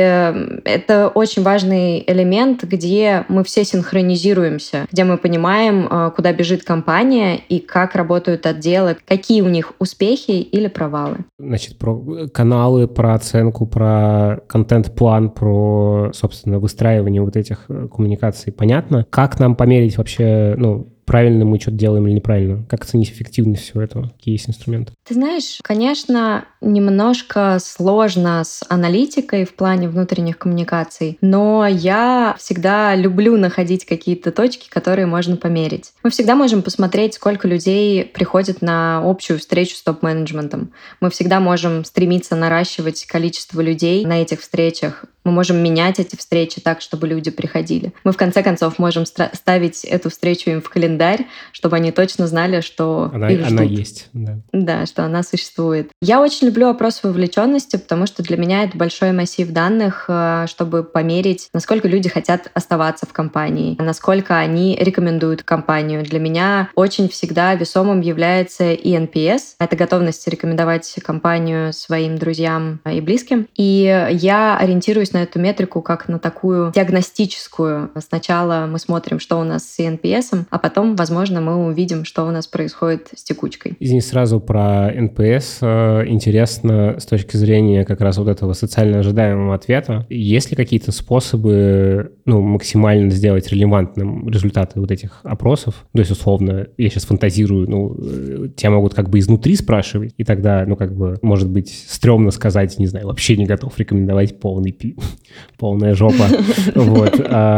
[SPEAKER 2] это очень важный элемент, где мы все синхронизируемся, где мы понимаем, куда бежит компания и как работают отделы, какие у них успехи или провалы.
[SPEAKER 1] Значит, про каналы, про оценку, про контент-план, про, собственно, выстраивание вот этих коммуникаций понятно. Как нам померить вообще, ну, правильно мы что-то делаем или неправильно? Как оценить эффективность всего этого? Какие есть инструменты?
[SPEAKER 2] Ты знаешь, конечно, немножко сложно с аналитикой в плане внутренних коммуникаций, но я всегда люблю находить какие-то точки, которые можно померить. Мы всегда можем посмотреть, сколько людей приходит на общую встречу с топ-менеджментом. Мы всегда можем стремиться наращивать количество людей на этих встречах. Мы можем менять эти встречи так, чтобы люди приходили. Мы, в конце концов, можем стра- ставить эту встречу им в календарь, чтобы они точно знали, что
[SPEAKER 1] она,
[SPEAKER 2] их ждут.
[SPEAKER 1] Она есть, да.
[SPEAKER 2] Да, что она существует. Я очень люблю опрос вовлеченности, потому что для меня это большой массив данных, чтобы померить, насколько люди хотят оставаться в компании, насколько они рекомендуют компанию. Для меня очень всегда весомым является и эн пи эс. Это готовность рекомендовать компанию своим друзьям и близким. И я ориентируюсь на эту метрику как на такую диагностическую. Сначала мы смотрим, что у нас с эн пи эс, а потом, возможно, мы увидим, что у нас происходит с текучкой.
[SPEAKER 1] Извини, сразу про эн пи эс. Интересно с точки зрения как раз вот этого социально ожидаемого ответа. Есть ли какие-то способы, ну, максимально сделать релевантным результаты вот этих опросов? То есть, условно, я сейчас фантазирую, ну, тебя могут как бы изнутри спрашивать, и тогда, ну, как бы, может быть, стрёмно сказать, не знаю, вообще не готов рекомендовать полный пи... полная жопа. Вот.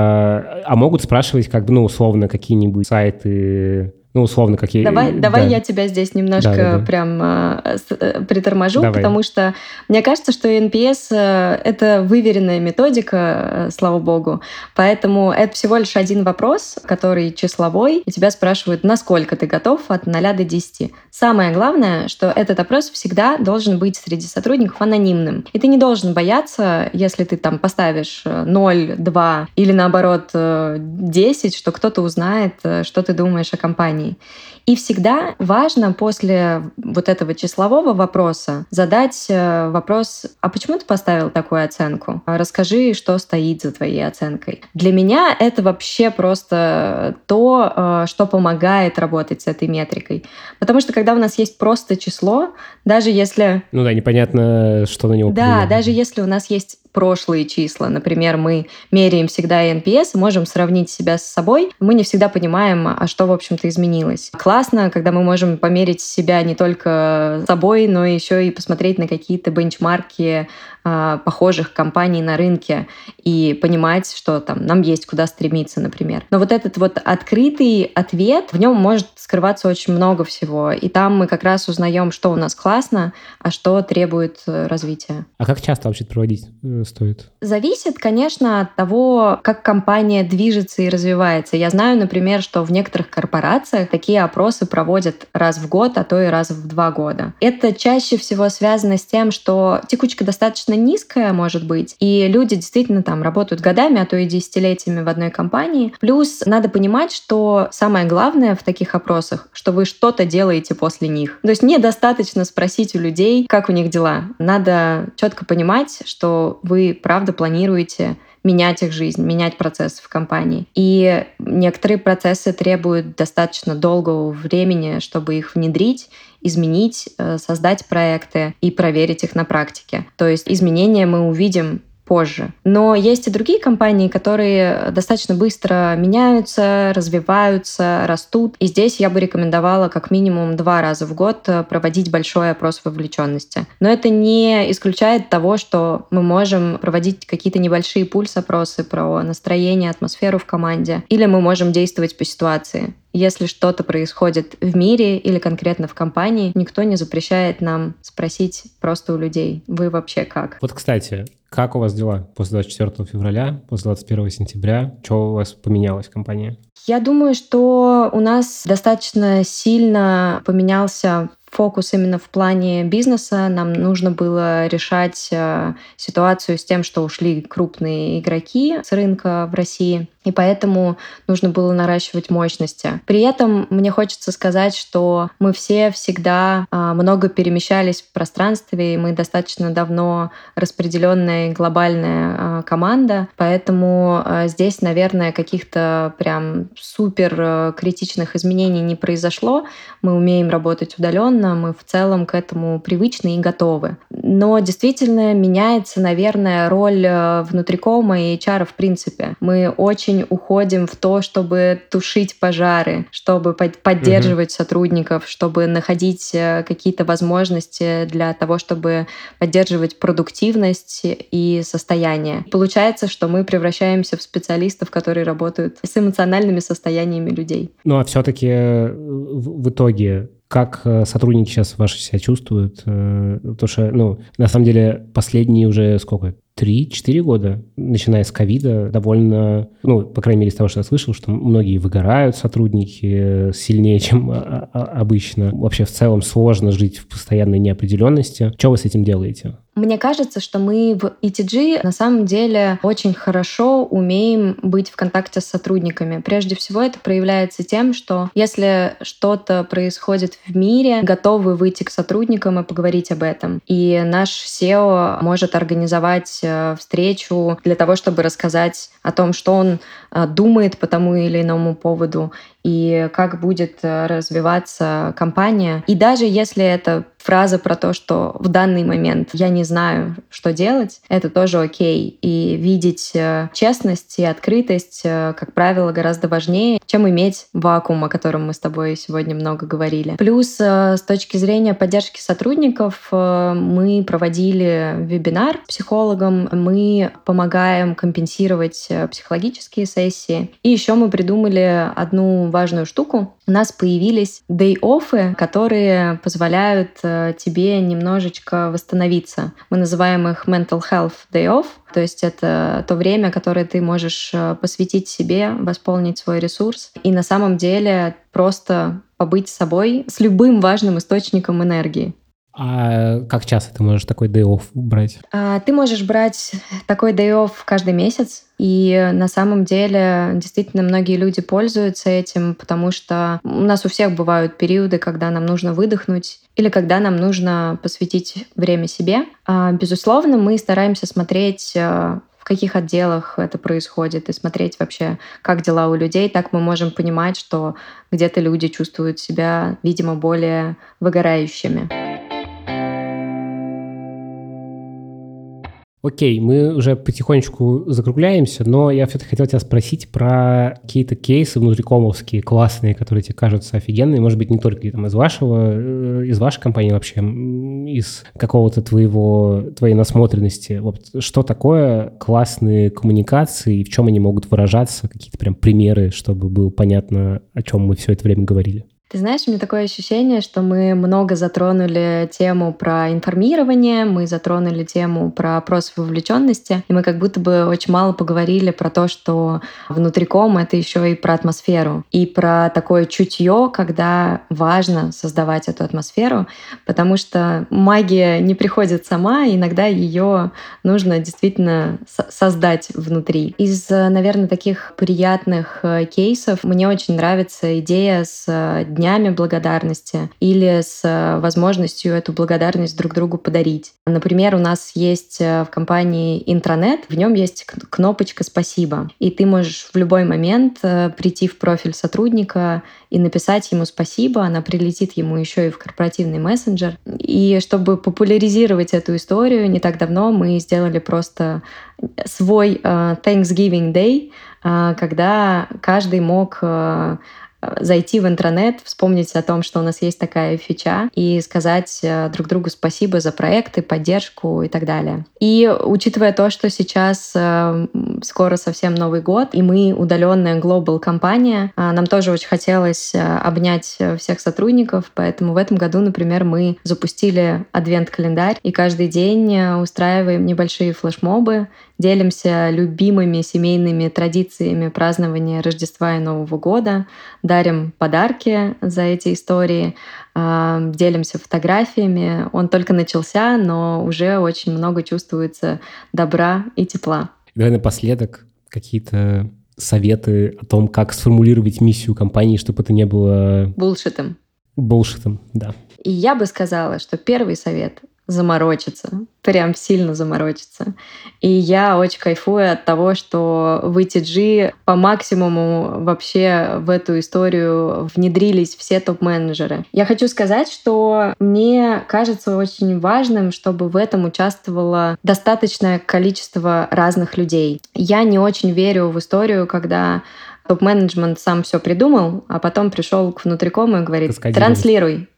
[SPEAKER 1] А, а могут спрашивать, как бы, ну, условно, какие-нибудь сайты... Ну, условно, какие...
[SPEAKER 2] Давай,
[SPEAKER 1] да.
[SPEAKER 2] давай я тебя здесь немножко
[SPEAKER 1] да, да, да.
[SPEAKER 2] прям э, э, приторможу,
[SPEAKER 1] давай.
[SPEAKER 2] Потому что мне кажется, что эн пи эс э, — это выверенная методика, э, слава богу. Поэтому это всего лишь один вопрос, который числовой, и тебя спрашивают, насколько ты готов от ноля до десяти. Самое главное, что этот опрос всегда должен быть среди сотрудников анонимным. И ты не должен бояться, если ты там поставишь ноль, два или наоборот десять, что кто-то узнает, что ты думаешь о компании. И всегда важно после вот этого числового вопроса задать вопрос, а почему ты поставил такую оценку? Расскажи, что стоит за твоей оценкой. Для меня это вообще просто то, что помогает работать с этой метрикой. Потому что когда у нас есть просто число, даже если...
[SPEAKER 1] Ну да, непонятно, что на него
[SPEAKER 2] Да,
[SPEAKER 1] повлияет.
[SPEAKER 2] даже если у нас есть прошлые числа. Например, мы меряем всегда эн пи эс, можем сравнить себя с собой. Мы не всегда понимаем, а что, в общем-то, изменилось. Классно, когда мы можем померить себя не только собой, но еще и посмотреть на какие-то бенчмарки а, похожих компаний на рынке и понимать, что там нам есть куда стремиться, например. Но вот этот вот открытый ответ, в нем может скрываться очень много всего. И там мы как раз узнаем, что у нас классно, а что требует развития.
[SPEAKER 1] А как часто вообще проводить стоит?
[SPEAKER 2] Зависит, конечно, от того, как компания движется и развивается. Я знаю, например, что в некоторых корпорациях такие опросы проводят раз в год, а то и раз в два года. Это чаще всего связано с тем, что текучка достаточно низкая, может быть, и люди действительно там работают годами, а то и десятилетиями в одной компании. Плюс надо понимать, что самое главное в таких опросах, что вы что-то делаете после них. То есть недостаточно спросить у людей, как у них дела. Надо четко понимать, что вы вы правда планируете менять их жизнь, менять процессы в компании. И некоторые процессы требуют достаточно долгого времени, чтобы их внедрить, изменить, создать проекты и проверить их на практике. То есть изменения мы увидим позже. Но есть и другие компании, которые достаточно быстро меняются, развиваются, растут. И здесь я бы рекомендовала как минимум два раза в год проводить большой опрос вовлеченности. Но это не исключает того, что мы можем проводить какие-то небольшие пульс-опросы про настроение, атмосферу в команде, или мы можем действовать по ситуации. Если что-то происходит в мире или конкретно в компании, никто не запрещает нам спросить просто у людей: вы вообще как?
[SPEAKER 1] Вот, кстати, как у вас дела после двадцать четвёртого февраля, после двадцать первого сентября? Что у вас поменялось в компании?
[SPEAKER 2] Я думаю, что у нас достаточно сильно поменялся фокус именно в плане бизнеса. Нам нужно было решать э, ситуацию с тем, что ушли крупные игроки с рынка в России, и поэтому нужно было наращивать мощности. При этом мне хочется сказать, что мы все всегда э, много перемещались в пространстве, и мы достаточно давно распределенная глобальная э, команда, поэтому э, здесь, наверное, каких-то прям супер э, критичных изменений не произошло. Мы умеем работать удаленно, мы в целом к этому привычны и готовы. Но действительно меняется, наверное, роль внутрикома и эйч ар в принципе. Мы очень уходим в то, чтобы тушить пожары, чтобы поддерживать угу. сотрудников, чтобы находить какие-то возможности для того, чтобы поддерживать продуктивность и состояние. Получается, что мы превращаемся в специалистов, которые работают с эмоциональными состояниями людей.
[SPEAKER 1] Ну а все-таки в итоге как сотрудники сейчас ваши себя чувствуют? Потому что, ну, на самом деле, последние уже сколько? три-четыре года, начиная с ковида, довольно, ну, по крайней мере, из того, что я слышал, что многие выгорают сотрудники сильнее, чем обычно. Вообще, в целом, сложно жить в постоянной неопределенности. Что вы с этим делаете?
[SPEAKER 2] Мне кажется, что мы в и ти джи на самом деле очень хорошо умеем быть в контакте с сотрудниками. Прежде всего, это проявляется тем, что если что-то происходит в мире, готовы выйти к сотрудникам и поговорить об этом. И наш сео может организовать встречу для того, чтобы рассказать о том, что он думает по тому или иному поводу и как будет развиваться компания. И даже если это фраза про то, что в данный момент я не знаю, что делать, это тоже окей. И видеть честность и открытость, как правило, гораздо важнее, чем иметь вакуум, о котором мы с тобой сегодня много говорили. Плюс с точки зрения поддержки сотрудников мы проводили вебинар с психологом, мы помогаем компенсировать психологические сессии. И еще мы придумали одну важную штуку. У нас появились day-off'ы, которые позволяют тебе немножечко восстановиться. Мы называем их mental health day-off, то есть это то время, которое ты можешь посвятить себе, восполнить свой ресурс и на самом деле просто побыть с собой, с любым важным источником энергии.
[SPEAKER 1] А как часто ты можешь такой day-off брать?
[SPEAKER 2] А, ты можешь брать такой day-off каждый месяц. И на самом деле действительно многие люди пользуются этим, потому что у нас у всех бывают периоды, когда нам нужно выдохнуть или когда нам нужно посвятить время себе. А, безусловно, мы стараемся смотреть, в каких отделах это происходит, и смотреть вообще, как дела у людей. Так мы можем понимать, что где-то люди чувствуют себя, видимо, более выгорающими.
[SPEAKER 1] Окей, мы уже потихонечку закругляемся, но я все-таки хотел тебя спросить про какие-то кейсы внутрикомовские, классные, которые тебе кажутся офигенные. Может быть, не только там, из вашего, из вашей компании вообще, из какого-то твоего, твоей насмотренности. Вот что такое классные коммуникации и в чем они могут выражаться? Какие-то прям примеры, чтобы было понятно, о чем мы все это время говорили.
[SPEAKER 2] Ты знаешь, у меня такое ощущение, что мы много затронули тему про информирование, мы затронули тему про опрос вовлеченности, и мы как будто бы очень мало поговорили про то, что внутриком — это еще и про атмосферу, и про такое чутье, когда важно создавать эту атмосферу, потому что магия не приходит сама, иногда ее нужно действительно создать внутри. Из, наверное, таких приятных кейсов мне очень нравится идея с днями благодарности или с возможностью эту благодарность друг другу подарить. Например, у нас есть в компании интранет, в нем есть кнопочка «Спасибо», и ты можешь в любой момент прийти в профиль сотрудника и написать ему спасибо, она прилетит ему еще и в корпоративный мессенджер. И чтобы популяризировать эту историю, не так давно мы сделали просто свой Thanksgiving Day, когда каждый мог зайти в интранет, вспомнить о том, что у нас есть такая фича, и сказать друг другу спасибо за проекты, поддержку и так далее. И учитывая то, что сейчас скоро совсем Новый год, и мы удаленная глобал компания, нам тоже очень хотелось обнять всех сотрудников, поэтому в этом году, например, мы запустили адвент-календарь, и каждый день устраиваем небольшие флешмобы, делимся любимыми семейными традициями празднования Рождества и Нового года, дарим подарки за эти истории, делимся фотографиями. Он только начался, но уже очень много чувствуется добра и тепла.
[SPEAKER 1] Давай напоследок какие-то советы о том, как сформулировать миссию компании, чтобы это не было...
[SPEAKER 2] Булшитом.
[SPEAKER 1] Булшитом, да.
[SPEAKER 2] И я бы сказала, что первый совет — заморочиться, прям сильно заморочиться. И я очень кайфую от того, что в и ти джи по максимуму вообще в эту историю внедрились все топ-менеджеры. Я хочу сказать, что мне кажется очень важным, чтобы в этом участвовало достаточное количество разных людей. Я не очень верю в историю, когда топ-менеджмент сам все придумал, а потом пришел к внутрикому и говорит: транслируй.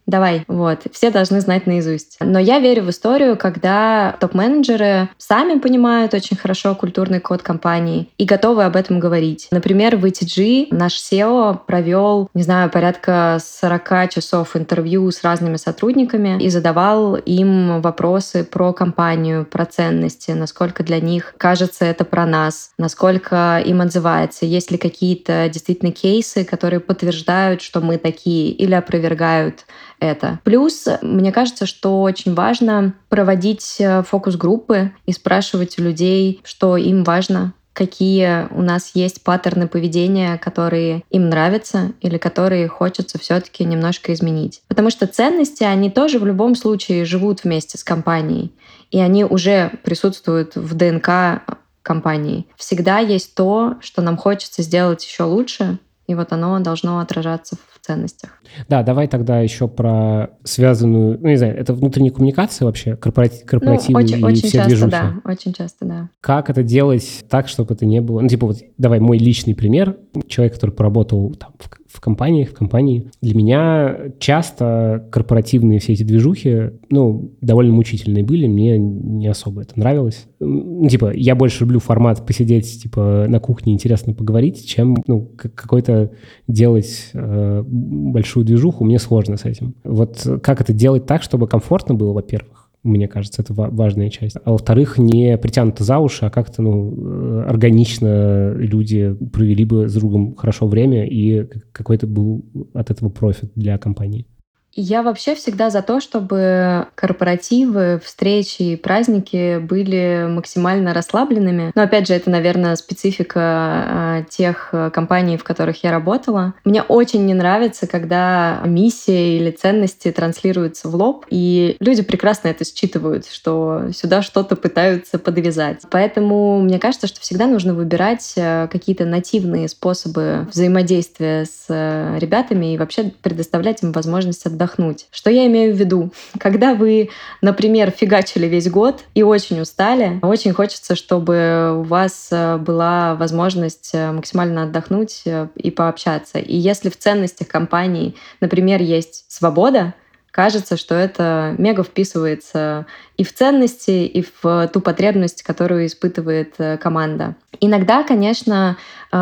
[SPEAKER 2] давай, вот, все должны знать наизусть. Но я верю в историю, когда топ-менеджеры сами понимают очень хорошо культурный код компании и готовы об этом говорить. Например, в ай ти джи наш сео провел, не знаю, порядка сорок часов интервью с разными сотрудниками и задавал им вопросы про компанию, про ценности, насколько для них кажется это про нас, насколько им отзывается, есть ли какие-то действительно кейсы, которые подтверждают, что мы такие, или опровергают это. Плюс, мне кажется, что очень важно проводить фокус-группы и спрашивать у людей, что им важно, какие у нас есть паттерны поведения, которые им нравятся или которые хочется все-таки немножко изменить. Потому что ценности, они тоже в любом случае живут вместе с компанией, и они уже присутствуют в ДНК компании. Всегда есть то, что нам хочется сделать еще лучше, и вот оно должно отражаться в ценностях.
[SPEAKER 1] Да, давай тогда еще про связанную, ну не знаю, это внутренняя коммуникация вообще, корпоратив, корпоративы
[SPEAKER 2] ну, очень,
[SPEAKER 1] и
[SPEAKER 2] очень
[SPEAKER 1] все
[SPEAKER 2] часто,
[SPEAKER 1] движухи.
[SPEAKER 2] Да, очень часто, да.
[SPEAKER 1] Как это делать так, чтобы это не было... Ну типа вот, давай мой личный пример. Человек, который поработал там, в, в компании, в компании. Для меня часто корпоративные все эти движухи, ну, довольно мучительные были, мне не особо это нравилось. Ну, типа, я больше люблю формат посидеть, типа, на кухне интересно поговорить, чем, ну, какой-то делать э, большую движуху, мне сложно с этим. Вот как это делать так, чтобы комфортно было, во-первых, мне кажется, это важная часть. А во-вторых, не притянуто за уши, а как-то, ну, органично люди провели бы с другом хорошо время, и какой-то был от этого профит для компании.
[SPEAKER 2] Я вообще всегда за то, чтобы корпоративы, встречи и праздники были максимально расслабленными. Но опять же, это, наверное, специфика тех компаний, в которых я работала. Мне очень не нравится, когда миссия или ценности транслируются в лоб, и люди прекрасно это считывают, что сюда что-то пытаются подвязать. Поэтому мне кажется, что всегда нужно выбирать какие-то нативные способы взаимодействия с ребятами и вообще предоставлять им возможность отдохнуть. Что я имею в виду? Когда вы, например, фигачили весь год и очень устали, очень хочется, чтобы у вас была возможность максимально отдохнуть и пообщаться. И если в ценностях компании, например, есть свобода, кажется, что это мега вписывается и в ценности, и в ту потребность, которую испытывает команда. Иногда, конечно,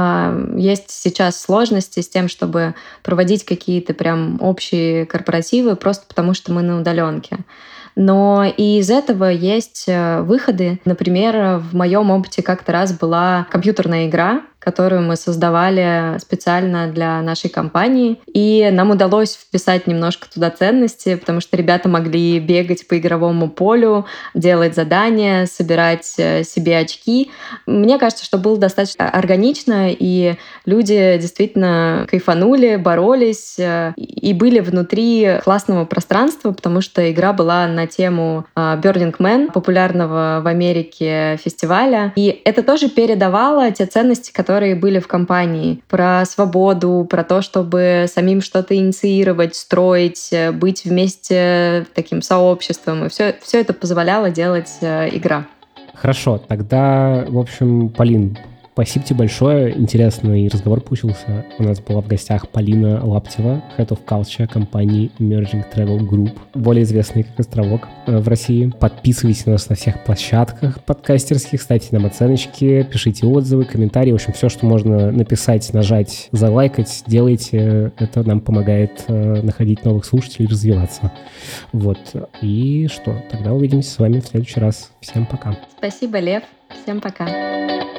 [SPEAKER 2] есть сейчас сложности с тем, чтобы проводить какие-то прям общие корпоративы, просто потому что мы на удаленке. Но и из этого есть выходы. Например, в моем опыте как-то раз была компьютерная игра, которую мы создавали специально для нашей компании. И нам удалось вписать немножко туда ценности, потому что ребята могли бегать по игровому полю, делать задания, собирать себе очки. Мне кажется, что было достаточно органично, и люди действительно кайфанули, боролись и были внутри классного пространства, потому что игра была на тему Burning Man, популярного в Америке фестиваля. И это тоже передавало те ценности, которые которые были в компании, про свободу, про то, чтобы самим что-то инициировать, строить, быть вместе таким сообществом. И все, все это позволяло делать игра.
[SPEAKER 1] Хорошо, тогда, в общем, Полин, спасибо тебе большое. Интересный разговор получился. У нас была в гостях Полина Лаптева, Head of Culture компании Emerging Travel Group, более известный как Островок в России. Подписывайтесь на нас на всех площадках подкастерских, ставьте нам оценочки, пишите отзывы, комментарии. В общем, все, что можно написать, нажать, залайкать, делайте. Это нам помогает находить новых слушателей и развиваться. Вот. И что? Тогда увидимся с вами в следующий раз. Всем пока.
[SPEAKER 2] Спасибо, Лев. Всем пока.